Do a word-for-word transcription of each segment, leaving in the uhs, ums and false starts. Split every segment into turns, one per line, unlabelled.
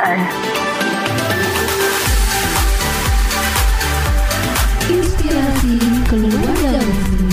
Keluar. Inspirasi keluar dari sini.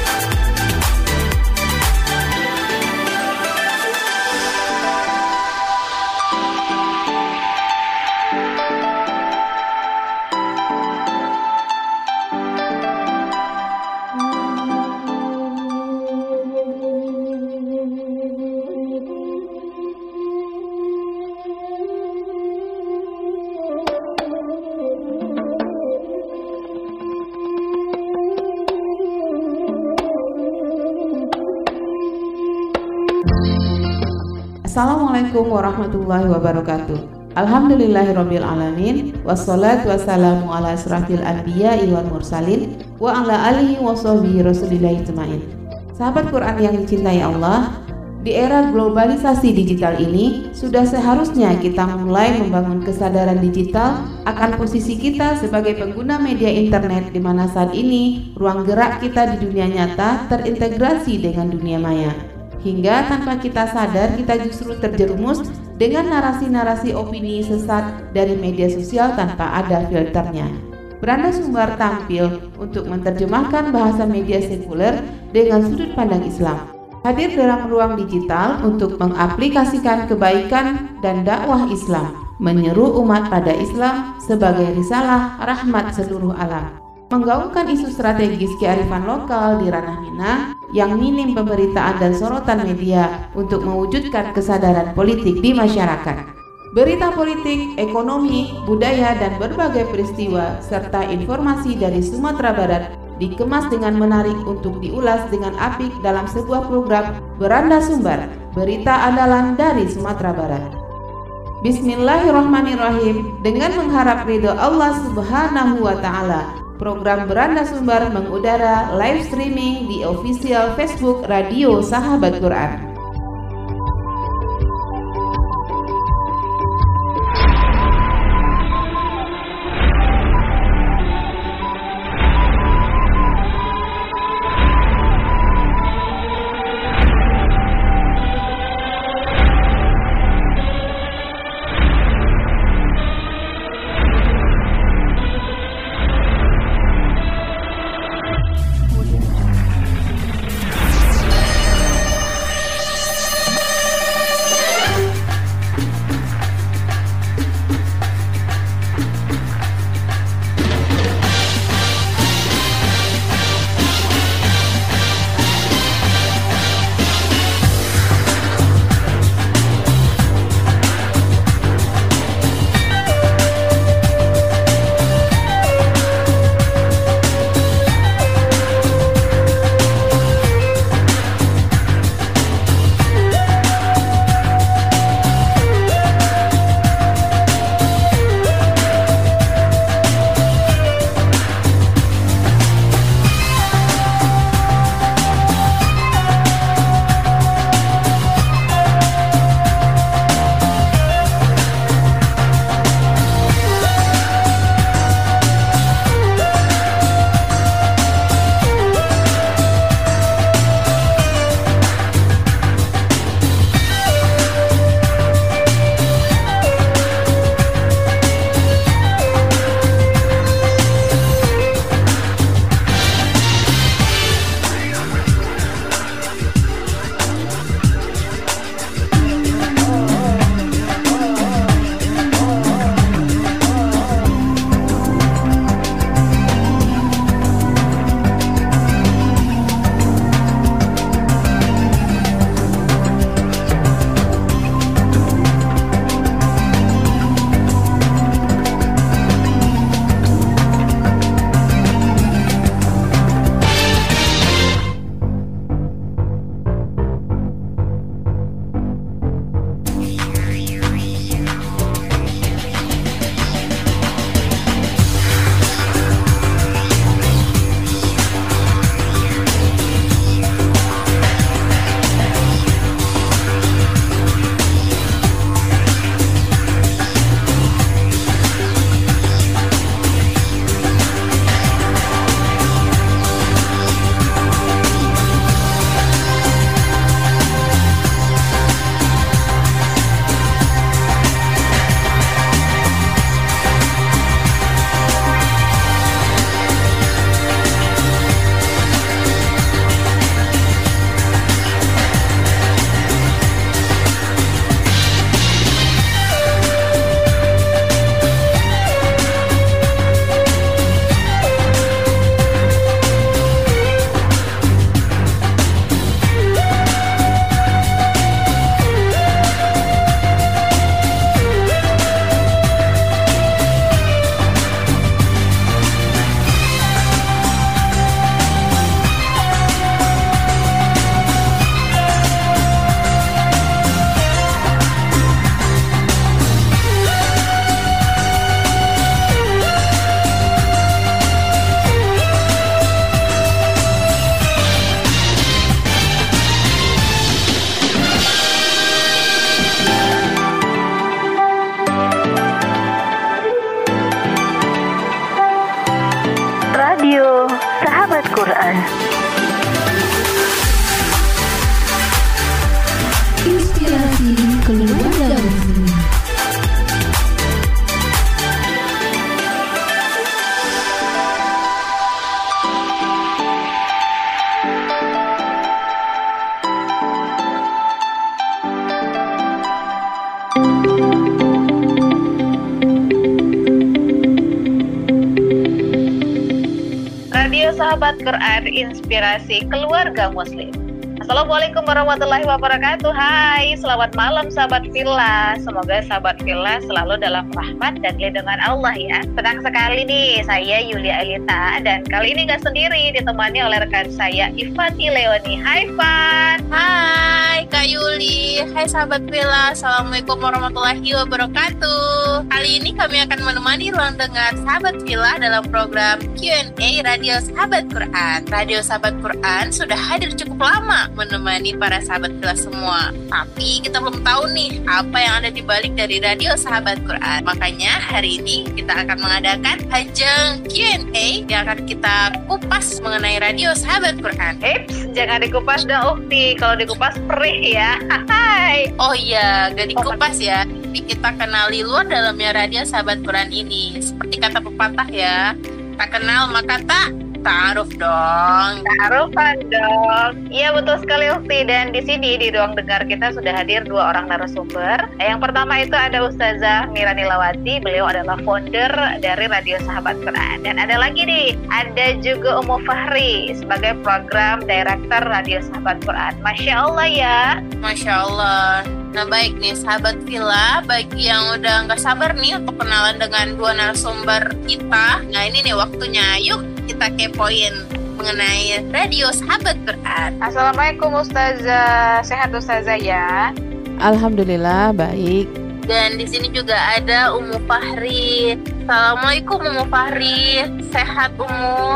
Assalamualaikum warahmatullahi wabarakatuh. Alhamdulillahirabbil alamin wassalatu wassalamu ala asrafil anbiya'i wal mursalin wa ala alihi washabihi rasulillahi ajmain. Sahabat Quran yang dicintai Allah, di era globalisasi digital ini sudah seharusnya kita mulai membangun kesadaran digital akan posisi kita sebagai pengguna media internet, di mana saat ini ruang gerak kita di dunia nyata terintegrasi dengan dunia maya. Hingga tanpa kita sadar kita justru terjerumus dengan narasi-narasi opini sesat dari media sosial tanpa ada filternya. Beranda Sumbar tampil untuk menerjemahkan bahasa media sekuler dengan sudut pandang Islam. Hadir dalam ruang digital untuk mengaplikasikan kebaikan dan dakwah Islam, menyeru umat pada Islam sebagai risalah rahmat seluruh alam. Menggaungkan isu strategis kearifan lokal di ranah Minang yang minim pemberitaan dan sorotan media untuk mewujudkan kesadaran politik di masyarakat. Berita politik, ekonomi, budaya, dan berbagai peristiwa serta informasi dari Sumatera Barat dikemas dengan menarik untuk diulas dengan apik dalam sebuah program Beranda Sumbar, berita andalan dari Sumatera Barat. Bismillahirrahmanirrahim. Dengan mengharap ridho Allah Subhanahu wa Ta'ala, program Beranda Sumbar mengudara live streaming di official Facebook Radio Sahabat Quran.
Quran.
Inspirasi keluarga muslim.
Radio Sahabat Quran, inspirasi keluarga muslim. Assalamualaikum warahmatullahi wabarakatuh. Hai, selamat malam sahabat Villa. Semoga sahabat Villa selalu dalam rahmat dan lindungan Allah ya. Senang sekali nih, saya Yulia Elita. Dan kali ini gak sendiri, ditemani oleh rekan saya Ifati Leoni. Hai Fan.
Hai Kak Yuli. Hai sahabat Villa. Assalamualaikum warahmatullahi wabarakatuh. Kali ini kami akan menemani ruang dengar sahabat Villa dalam program Q and A Radio Sahabat Quran. Radio Sahabat Quran sudah hadir cukup lama menemani para sahabat Villa semua. Tapi kita belum tahu nih apa yang ada di balik dari Radio Sahabat Quran. Makanya hari ini kita akan mengadakan ajang Q and A yang akan kita kupas mengenai Radio Sahabat Quran.
Eits, jangan dikupas dong Ukti. Kalau dikupas perih ya. Hai.
Oh iya, gak dikupas ya. Tapi kita kenali luar dalamnya Radio Sahabat Quran ini. Seperti kata pepatah ya, tak kenal maka tak taaruf dong.
Taarufan dong. Iya betul sekali Ukti. Dan di sini di ruang dengar kita sudah hadir dua orang narasumber. Yang pertama itu ada Ustazah Mira Nilawati. Beliau adalah founder dari Radio Sahabat Quran. Dan ada lagi nih, ada juga Ummu Fahri sebagai program director Radio Sahabat Quran. Masya Allah ya.
Masya Allah. Nah baik nih sahabat Villa, bagi yang udah gak sabar nih untuk kenalan dengan dua narasumber kita, nah ini nih waktunya, yuk kita kepoin mengenai Radio Sahabat Quran.
Assalamualaikum Ustazah, sehat Ustazah ya?
Alhamdulillah baik.
Dan di sini juga ada Ummu Fahri. Assalamualaikum Ummu Fahri, sehat Ummu?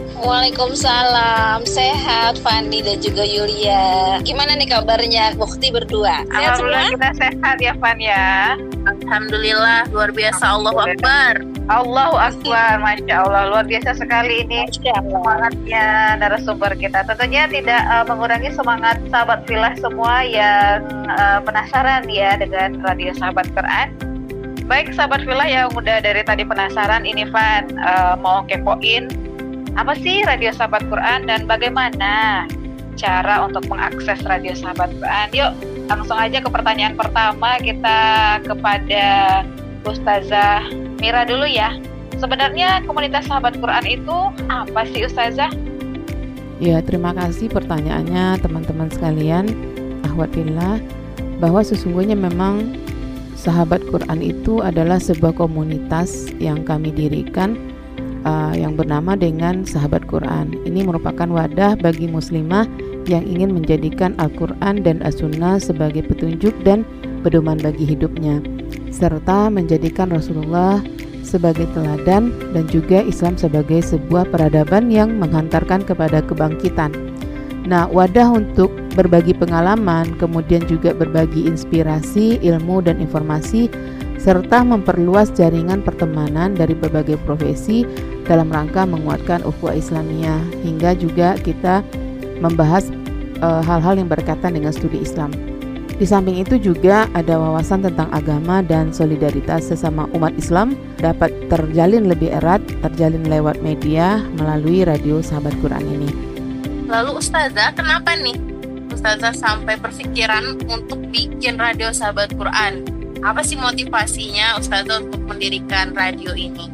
Waalaikumsalam, sehat Fandi dan juga Yulia. Gimana nih kabarnya Bukti berdua? Sehat
Alhamdulillah
semua?
kita sehat ya Fan ya.
Alhamdulillah, luar biasa. Allahu Akbar.
Allahu Akbar, Masya Allah, luar biasa sekali ini semangatnya narasumber kita. Tentunya tidak uh, mengurangi semangat sahabat Villa semua yang uh, penasaran ya dengan Radio Sahabat Quran. Baik sahabat Villa yang udah dari tadi penasaran, ini Van uh, mau kepoin apa sih Radio Sahabat Quran dan bagaimana cara untuk mengakses Radio Sahabat Quran. Yuk langsung aja ke pertanyaan pertama kita kepada Ustazah Mira dulu ya. Sebenarnya komunitas Sahabat Quran itu apa sih Ustazah?
Ya, terima kasih pertanyaannya teman-teman sekalian, Ahwat Villa, bahwa sesungguhnya memang Sahabat Quran itu adalah sebuah komunitas yang kami dirikan uh, yang bernama dengan Sahabat Quran. Ini merupakan wadah bagi muslimah yang ingin menjadikan Al-Quran dan As-Sunnah sebagai petunjuk dan pedoman bagi hidupnya, serta menjadikan Rasulullah sebagai teladan dan juga Islam sebagai sebuah peradaban yang menghantarkan kepada kebangkitan. Nah, wadah untuk berbagi pengalaman, kemudian juga berbagi inspirasi, ilmu dan informasi, serta memperluas jaringan pertemanan dari berbagai profesi dalam rangka menguatkan ukhuwah Islamiyah, hingga juga kita membahas e, hal-hal yang berkaitan dengan studi Islam. Di samping itu juga ada wawasan tentang agama dan solidaritas sesama umat Islam dapat terjalin lebih erat, terjalin lewat media melalui Radio Sahabat Quran ini.
Lalu Ustazah, kenapa nih Ustazah sampai berpikiran untuk bikin Radio Sahabat Quran? Apa sih motivasinya Ustazah untuk mendirikan radio ini?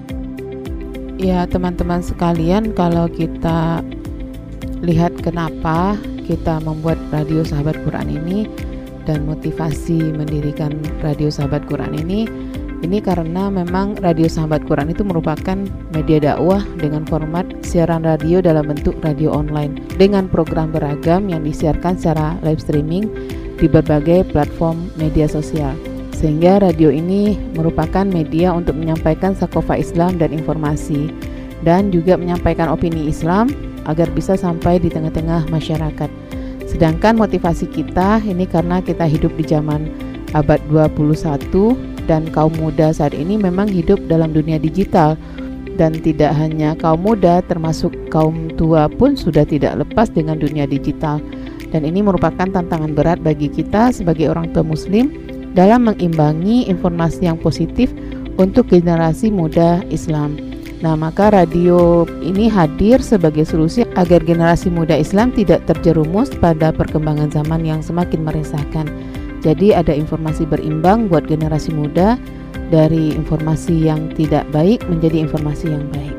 Ya teman-teman sekalian, kalau kita lihat kenapa kita membuat Radio Sahabat Quran ini dan motivasi mendirikan Radio Sahabat Quran ini, ini karena memang Radio Sahabat Quran itu merupakan media dakwah dengan format siaran radio dalam bentuk radio online dengan program beragam yang disiarkan secara live streaming di berbagai platform media sosial. Sehingga radio ini merupakan media untuk menyampaikan sakofah Islam dan informasi, dan juga menyampaikan opini Islam agar bisa sampai di tengah-tengah masyarakat. Sedangkan motivasi kita ini karena kita hidup di zaman abad dua puluh satu dan kaum muda saat ini memang hidup dalam dunia digital, dan tidak hanya kaum muda, termasuk kaum tua pun sudah tidak lepas dengan dunia digital. Dan ini merupakan tantangan berat bagi kita sebagai orang tua muslim dalam mengimbangi informasi yang positif untuk generasi muda Islam. Nah, maka radio ini hadir sebagai solusi agar generasi muda Islam tidak terjerumus pada perkembangan zaman yang semakin meresahkan. Jadi ada informasi berimbang buat generasi muda, dari informasi yang tidak baik menjadi informasi yang baik.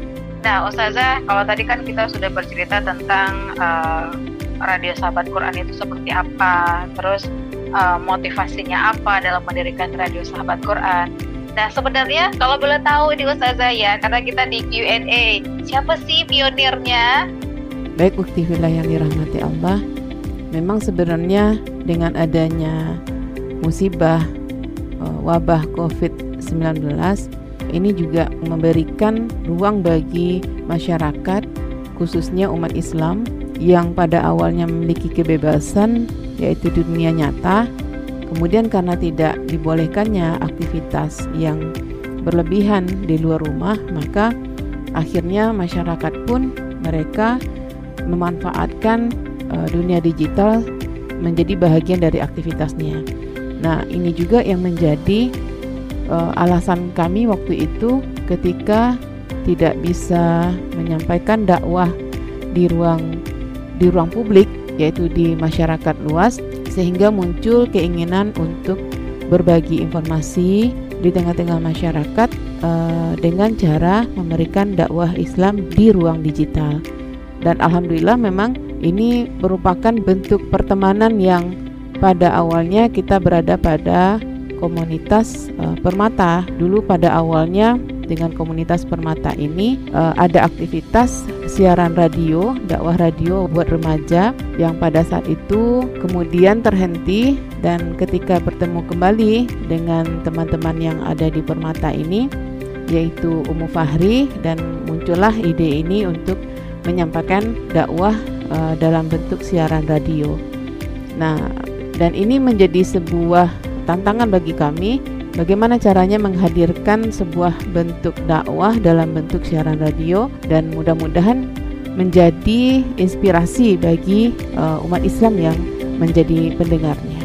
Nah, Ustazah, kalau tadi kan kita sudah bercerita tentang uh, Radio Sahabat Quran itu seperti apa, terus uh, motivasinya apa dalam mendirikan Radio Sahabat Quran. Nah, sebenarnya kalau boleh tahu ini Ustazah ya, karena kita di Q and A, siapa sih pionirnya?
Baik, ukti fillah yang dirahmati Allah, memang sebenarnya dengan adanya musibah uh, wabah covid sembilan belas ini juga memberikan ruang bagi masyarakat, khususnya umat Islam yang pada awalnya memiliki kebebasan yaitu di dunia nyata, kemudian karena tidak dibolehkannya aktivitas yang berlebihan di luar rumah, maka akhirnya masyarakat pun mereka memanfaatkan uh, dunia digital menjadi bahagian dari aktivitasnya. Nah, ini juga yang menjadi uh, alasan kami waktu itu ketika tidak bisa menyampaikan dakwah di ruang di ruang publik, yaitu di masyarakat luas, sehingga muncul keinginan untuk berbagi informasi di tengah-tengah masyarakat uh, dengan cara memberikan dakwah Islam di ruang digital. Dan alhamdulillah memang ini merupakan bentuk pertemanan yang pada awalnya kita berada pada komunitas uh, Permata. Dulu pada awalnya dengan komunitas Permata ini uh, ada aktivitas siaran radio, dakwah radio buat remaja yang pada saat itu kemudian terhenti, dan ketika bertemu kembali dengan teman-teman yang ada di Permata ini yaitu Ummu Fahri, dan muncullah ide ini untuk menyampaikan dakwah uh, dalam bentuk siaran radio. Nah, dan ini menjadi sebuah tantangan bagi kami, bagaimana caranya menghadirkan sebuah bentuk dakwah dalam bentuk siaran radio, dan mudah-mudahan menjadi inspirasi bagi uh, umat Islam yang menjadi pendengarnya.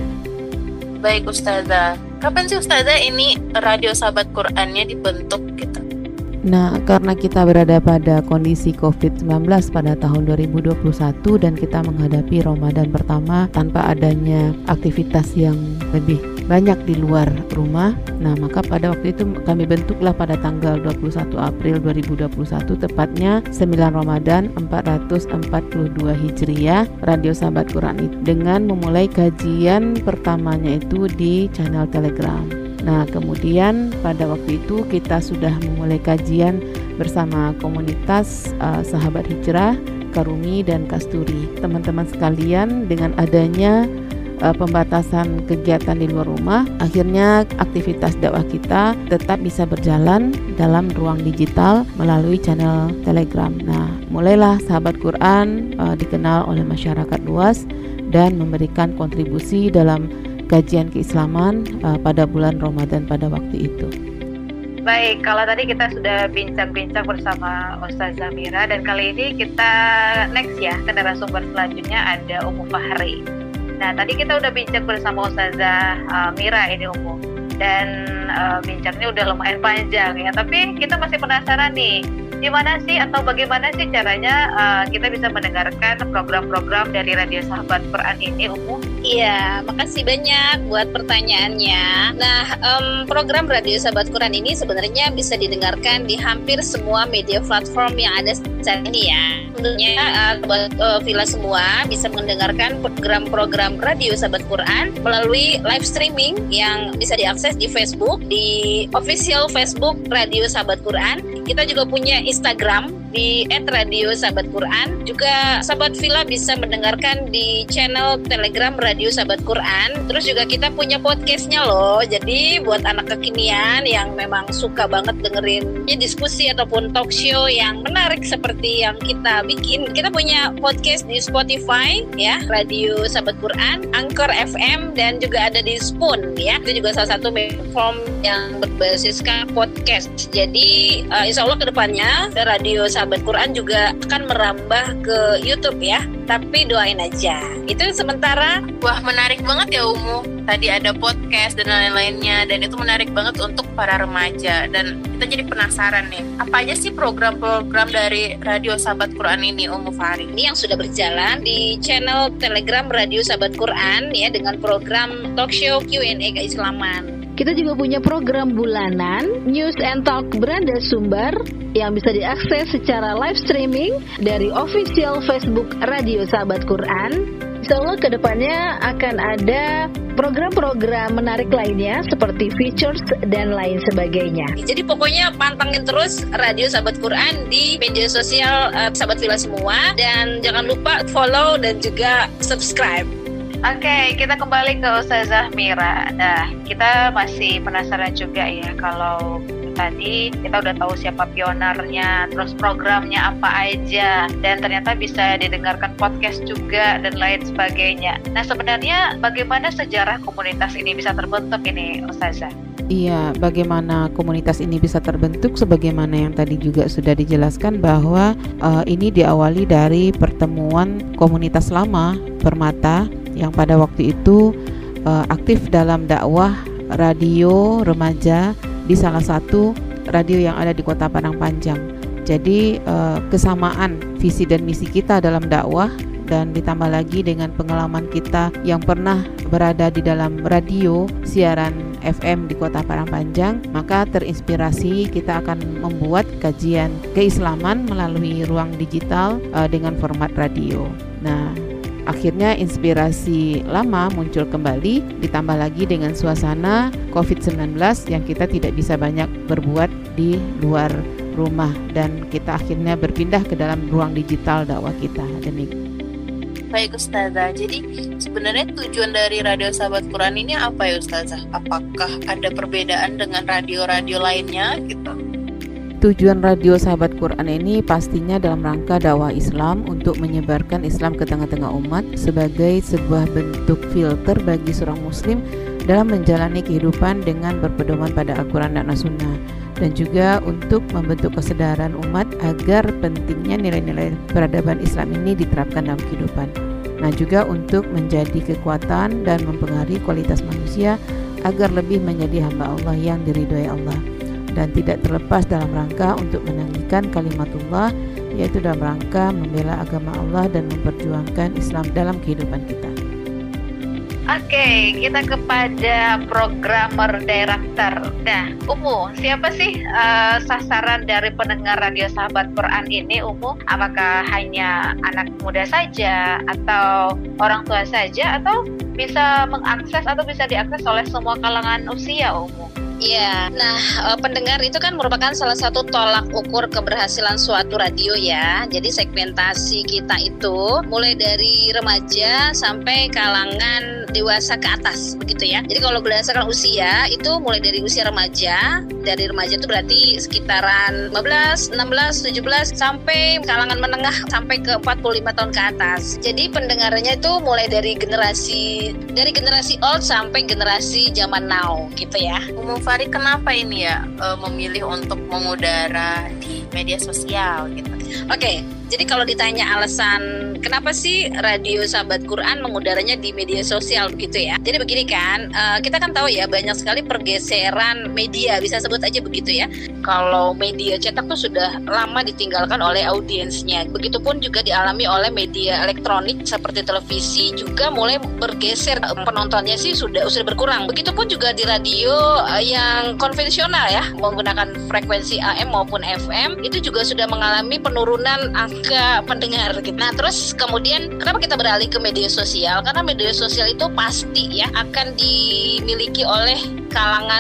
Baik Ustazah, kapan sih Ustazah ini Radio Sahabat Qurannya dibentuk gitu?
Nah, karena kita berada pada kondisi covid sembilan belas pada tahun dua ribu dua puluh satu dan kita menghadapi Ramadan pertama tanpa adanya aktivitas yang lebih banyak di luar rumah. Nah, maka pada waktu itu kami bentuklah pada tanggal dua puluh satu April dua ribu dua puluh satu, tepatnya sembilan Ramadan empat ratus empat puluh dua Hijriah, Radio Sahabat Quran itu dengan memulai kajian pertamanya itu di channel Telegram. Nah, kemudian pada waktu itu kita sudah memulai kajian bersama komunitas uh, Sahabat Hijrah, Karumi dan Kasturi. Teman-teman sekalian, dengan adanya uh, pembatasan kegiatan di luar rumah, akhirnya aktivitas dakwah kita tetap bisa berjalan dalam ruang digital melalui channel Telegram. Nah, mulailah Sahabat Quran uh, dikenal oleh masyarakat luas dan memberikan kontribusi dalam kajian keislaman uh, pada bulan Ramadan pada waktu itu.
Baik, kalau tadi kita sudah bincang-bincang bersama Ustazah Mira, dan kali ini kita next ya ke narasumber selanjutnya ada Ummu Fahri. Nah, tadi kita udah bincang bersama Ustazah uh, Mira ini Ummu, dan uh, bincangnya udah lumayan panjang ya, tapi kita masih penasaran nih, gimana sih atau bagaimana sih caranya uh, kita bisa mendengarkan program-program dari Radio Sahabat Quran ini, Ummu?
Iya, makasih banyak buat pertanyaannya. Nah, um, program Radio Sahabat Quran ini sebenarnya bisa didengarkan di hampir semua media platform yang ada saat ini ya. Tentunya uh, buat uh, Villa semua bisa mendengarkan program-program Radio Sahabat Quran melalui live streaming yang bisa diakses di Facebook, di official Facebook Radio Sahabat Quran. Kita juga punya Instagram di et radio sahabat Quran. Juga sahabat Villa bisa mendengarkan di channel Telegram Radio Sahabat Quran. Terus juga kita punya podcastnya loh. Jadi buat anak kekinian yang memang suka banget dengerin ya, diskusi ataupun talk show yang menarik seperti yang kita bikin, kita punya podcast di Spotify ya, Radio Sahabat Quran, Anchor F M, dan juga ada di Spoon ya. Itu juga salah satu platform yang berbasiskan podcast. Jadi uh, insya Allah kedepannya Radio Sahabat Quran juga akan merambah ke YouTube ya. Tapi doain aja. Itu sementara.
Wah, menarik banget ya Umu. Tadi ada podcast dan lain-lainnya, dan itu menarik banget untuk para remaja. Dan kita jadi penasaran nih, apa aja sih program-program dari Radio Sahabat Quran ini, Umu Fari?
Ini yang sudah berjalan di channel Telegram Radio Sahabat Quran ya, dengan program talk show Q and A keislaman.
Kita juga punya program bulanan News and Talk Beranda Sumber yang bisa diakses secara live streaming dari official Facebook Radio Sahabat Quran. Insya Allah kedepannya akan ada program-program menarik lainnya seperti features dan lain sebagainya.
Jadi pokoknya pantengin terus Radio Sahabat Quran di media sosial uh, Sahabat Villa semua, dan jangan lupa follow dan juga subscribe.
Oke, okay, kita kembali ke Ustazah Mira. Nah, kita masih penasaran juga ya, kalau tadi kita udah tahu siapa pionernya, terus programnya apa aja, dan ternyata bisa didengarkan podcast juga dan lain sebagainya. Nah, sebenarnya bagaimana sejarah komunitas ini bisa terbentuk ini, Ustazah?
Iya, bagaimana komunitas ini bisa terbentuk, sebagaimana yang tadi juga sudah dijelaskan bahwa uh, ini diawali dari pertemuan komunitas lama Permata yang pada waktu itu uh, aktif dalam dakwah radio remaja di salah satu radio yang ada di Kota Padang Panjang. Jadi uh, kesamaan visi dan misi kita dalam dakwah, dan ditambah lagi dengan pengalaman kita yang pernah berada di dalam radio siaran F M di Kota Padang Panjang, maka terinspirasi kita akan membuat kajian keislaman melalui ruang digital uh, dengan format radio. Nah, akhirnya inspirasi lama muncul kembali, ditambah lagi dengan suasana covid sembilan belas yang kita tidak bisa banyak berbuat di luar rumah, dan kita akhirnya berpindah ke dalam ruang digital dakwah kita. Demikian.
Baik Ustazah, jadi sebenarnya tujuan dari Radio Sahabat Quran ini apa ya Ustazah? Apakah ada perbedaan dengan radio-radio lainnya gitu?
Tujuan Radio Sahabat Quran ini pastinya dalam rangka dakwah Islam untuk menyebarkan Islam ke tengah-tengah umat sebagai sebuah bentuk filter bagi seorang muslim dalam menjalani kehidupan dengan berpedoman pada Al-Quran dan As-Sunnah, dan juga untuk membentuk kesadaran umat agar pentingnya nilai-nilai peradaban Islam ini diterapkan dalam kehidupan. Nah, juga untuk menjadi kekuatan dan mempengaruhi kualitas manusia agar lebih menjadi hamba Allah yang diridhoi Allah, dan tidak terlepas dalam rangka untuk menanggikan kalimatullah, yaitu dalam rangka membela agama Allah dan memperjuangkan Islam dalam kehidupan kita.
Oke, okay, kita kepada programmer director. Nah, Umu, siapa sih uh, sasaran dari pendengar Radio Sahabat Quran ini, Umu? Apakah hanya anak muda saja, atau orang tua saja, atau bisa mengakses atau bisa diakses oleh semua kalangan usia, Umu?
Iya, nah uh, pendengar itu kan merupakan salah satu tolak ukur keberhasilan suatu radio ya. Jadi segmentasi kita itu mulai dari remaja sampai kalangan dewasa ke atas, begitu ya. Jadi kalau berdasarkan usia itu mulai dari usia remaja, dari remaja itu berarti sekitaran lima belas, enam belas, tujuh belas sampai kalangan menengah sampai ke empat puluh lima tahun ke atas. Jadi pendengarnya itu mulai dari generasi dari generasi old sampai generasi zaman now, gitu ya.
Umum Fari, kenapa ini ya e, memilih untuk mengudara di media sosial gitu?
Oke, okay, jadi kalau ditanya alasan kenapa sih Radio Sahabat Quran mengudaranya di media sosial begitu ya? Jadi begini kan, uh, kita kan tahu ya banyak sekali pergeseran media, bisa sebut aja begitu ya. Kalau media cetak tuh sudah lama ditinggalkan oleh audiensnya. Begitupun juga dialami oleh media elektronik seperti televisi, juga mulai bergeser, penontonnya sih sudah sudah berkurang. Begitupun juga di radio uh, yang konvensional ya, menggunakan frekuensi A M maupun F M, itu juga sudah mengalami penurunan angka pendengar gitu. Nah, terus kemudian kenapa kita beralih ke media sosial? Karena media sosial itu pasti ya akan dimiliki oleh kalangan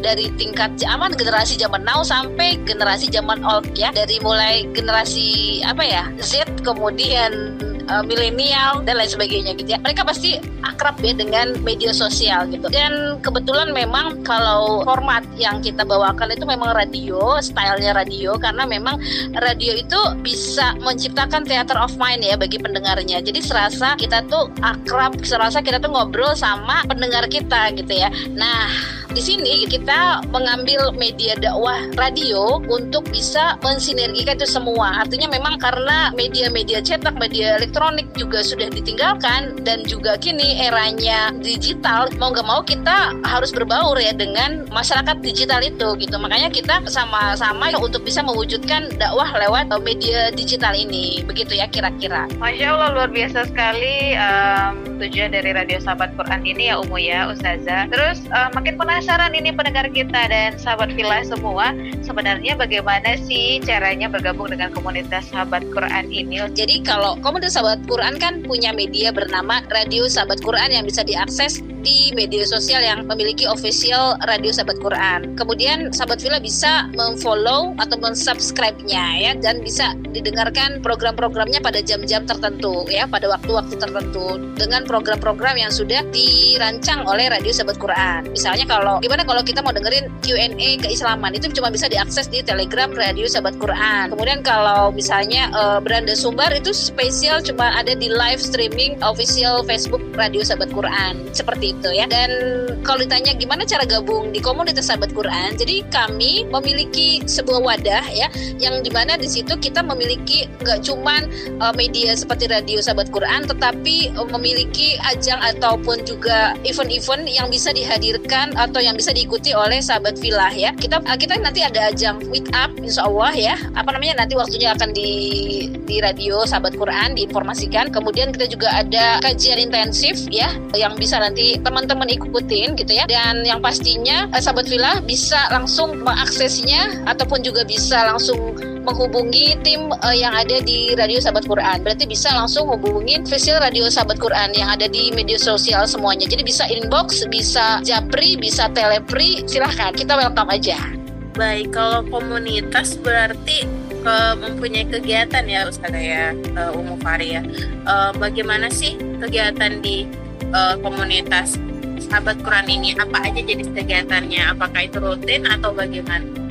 dari tingkat zaman generasi zaman now sampai generasi zaman old ya, dari mulai generasi apa ya Z, kemudian Uh, milenial dan lain sebagainya gitu ya. Mereka pasti akrab ya dengan media sosial gitu. Dan kebetulan memang kalau format yang kita bawakan itu memang radio, stylenya radio, karena memang radio itu bisa menciptakan theater of mind ya bagi pendengarnya. Jadi serasa kita tuh akrab, serasa kita tuh ngobrol sama pendengar kita gitu ya. Nah, di sini kita mengambil media dakwah radio untuk bisa mensinergikan itu semua. Artinya memang karena media-media cetak, media elektronik juga sudah ditinggalkan dan juga kini eranya digital, mau nggak mau kita harus berbaur ya dengan masyarakat digital itu gitu. Makanya kita sama-sama untuk bisa mewujudkan dakwah lewat media digital ini. Begitu ya kira-kira.
Masya Allah, luar biasa sekali um, tujuan dari Radio Sahabat Quran ini ya Umu ya, Ustazah. Terus uh, makin penasaran ini pendengar kita dan sahabat Villa semua, sebenarnya bagaimana sih caranya bergabung dengan komunitas Sahabat Quran ini?
Jadi kalau komunitas Sahabat Quran kan punya media bernama Radio Sahabat Quran yang bisa diakses di media sosial yang memiliki official Radio Sahabat Quran. Kemudian sahabat Villa bisa memfollow atau mensubscribe-nya ya, dan bisa didengarkan program-programnya pada jam-jam tertentu ya, pada waktu-waktu tertentu dengan program-program yang sudah dirancang oleh Radio Sahabat Quran. Misalnya kalau gimana kalau kita mau dengerin Q and A keislaman, itu cuma bisa diakses di Telegram Radio Sahabat Quran. Kemudian kalau misalnya uh, beranda sumber itu spesial cuma ada di live streaming official Facebook Radio Sahabat Quran. Seperti itu ya. Dan kalau ditanya gimana cara gabung di komunitas Sahabat Quran, jadi kami memiliki sebuah wadah ya, yang dimana di situ kita memiliki nggak cuman uh, media seperti Radio Sahabat Quran, tetapi uh, memiliki ajang ataupun juga event-event yang bisa dihadirkan atau yang bisa diikuti oleh sahabat Villa ya. Kita uh, kita nanti ada ajang Wake Up insya Allah ya. Apa namanya nanti waktunya akan di di Radio Sahabat Quran diinformasikan. Kemudian kita juga ada kajian intensif ya, yang bisa nanti teman-teman ikutin gitu ya. Dan yang pastinya eh, sahabat Villa bisa langsung mengaksesnya ataupun juga bisa langsung menghubungi tim uh, yang ada di Radio Sahabat Quran. Berarti bisa langsung hubungin official Radio Sahabat Quran yang ada di media sosial semuanya. Jadi bisa inbox, bisa japri, bisa telepri, silahkan, kita welcome aja.
Baik, kalau komunitas berarti uh, mempunyai kegiatan ya Ustazah ya, uh, Umu Fari ya. Uh, bagaimana sih kegiatan di uh, komunitas Sahabat Quran ini? Apa aja jenis kegiatannya? Apakah itu rutin atau bagaimana?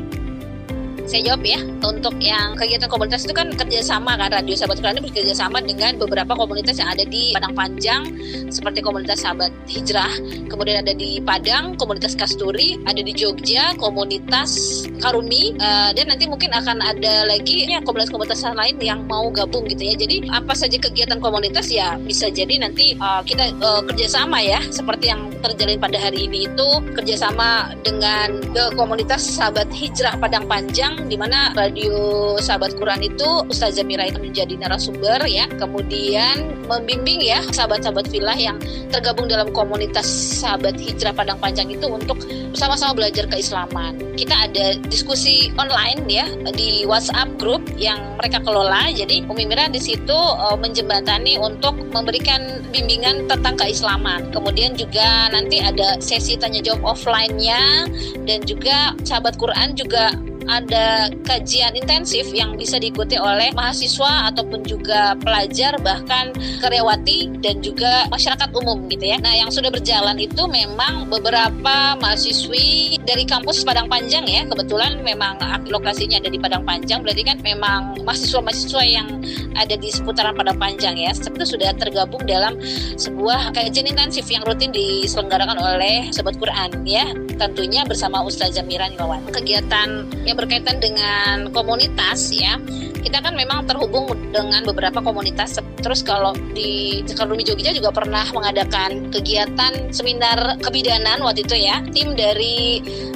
Saya jawab ya, untuk yang kegiatan komunitas itu kan kerjasama kan, Radio Sahabat Quran ini bekerjasama dengan beberapa komunitas yang ada di Padang Panjang, seperti komunitas Sahabat Hijrah, kemudian ada di Padang, komunitas Kasturi, ada di Jogja, komunitas Karumi, uh, dan nanti mungkin akan ada lagi ya komunitas-komunitas lain yang mau gabung gitu ya. Jadi apa saja kegiatan komunitas ya bisa jadi nanti uh, kita uh, kerjasama ya, seperti yang terjalin pada hari ini itu kerjasama dengan uh, komunitas Sahabat Hijrah Padang Panjang, di mana Radio Sahabat Quran itu Ustazah Mira itu menjadi narasumber ya, kemudian membimbing ya sahabat-sahabat Villa yang tergabung dalam komunitas Sahabat Hijrah Padang Panjang itu untuk bersama-sama belajar keislaman. Kita ada diskusi online ya di WhatsApp group yang mereka kelola. Jadi Umi Mira di situ uh, menjembatani untuk memberikan bimbingan tentang keislaman. Kemudian juga nanti ada sesi tanya jawab offline-nya, dan juga sahabat Quran juga ada kajian intensif yang bisa diikuti oleh mahasiswa ataupun juga pelajar, bahkan karyawati dan juga masyarakat umum gitu ya. Nah, yang sudah berjalan itu memang beberapa mahasiswi dari kampus Padang Panjang ya, kebetulan memang lokasinya ada di Padang Panjang, berarti kan memang mahasiswa-mahasiswa yang ada di seputaran Padang Panjang ya, itu sudah tergabung dalam sebuah kajian intensif yang rutin diselenggarakan oleh Sahabat Quran ya, tentunya bersama Ustazah Mira Nilawan. Kegiatan yang berkaitan dengan komunitas ya, kita kan memang terhubung dengan beberapa komunitas. Terus kalau di Karumi Jogja juga pernah mengadakan kegiatan seminar kebidanan waktu itu ya. Tim dari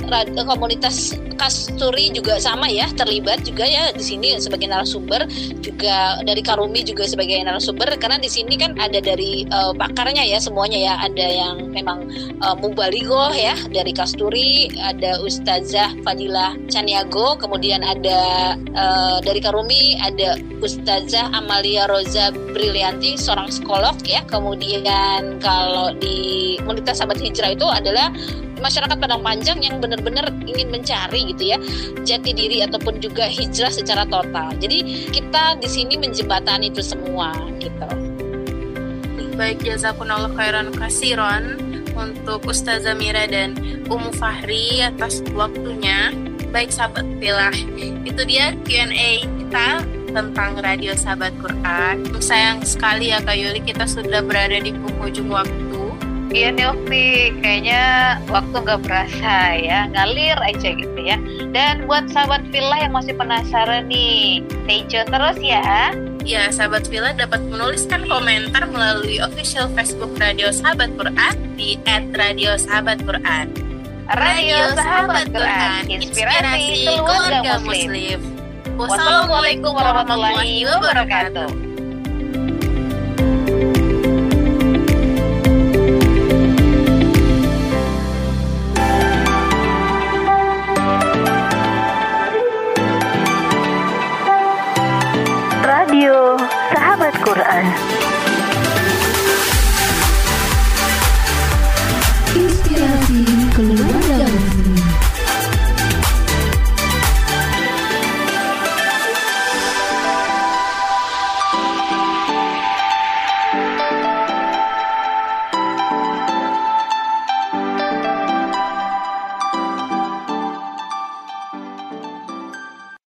komunitas Kasturi juga sama ya, terlibat juga ya di sini sebagai narasumber, juga dari Karumi juga sebagai narasumber, karena di sini kan ada dari uh, pakarnya ya semuanya ya, ada yang memang uh, mubalighah ya dari Kasturi, ada Ustazah Fadilah Caniago, kemudian ada uh, dari Karumi ada Ustazah Amalia Roza Brilianti, seorang psikolog ya. Kemudian kalau di komunitas Sahabat Hijrah itu adalah masyarakat Padang Panjang yang benar-benar ingin mencari gitu ya jati diri ataupun juga hijrah secara total. Jadi kita di sini menjembatani itu semua gitu.
Baik, jazakumullah khairan katsiran untuk Ustazah Mira dan Umu Fahri atas waktunya. Baik sahabat Filah, itu dia Q and A kita tentang Radio Sahabat Quran. Sayang sekali ya Kak Yuli, kita sudah berada di penghujung waktu.
Iya nih Ukti, kayaknya waktu gak berasa ya, ngalir aja gitu ya. Dan buat sahabat Filah yang masih penasaran nih, stay tune terus ya.
Ya, sahabat Filah dapat menuliskan komentar melalui official Facebook Radio Sahabat Quran di et radio sahabat quran.
Radio Sahabat Quran, inspirasi keluarga muslim. Wassalamualaikum warahmatullahi wabarakatuh.
Radio Sahabat Quran.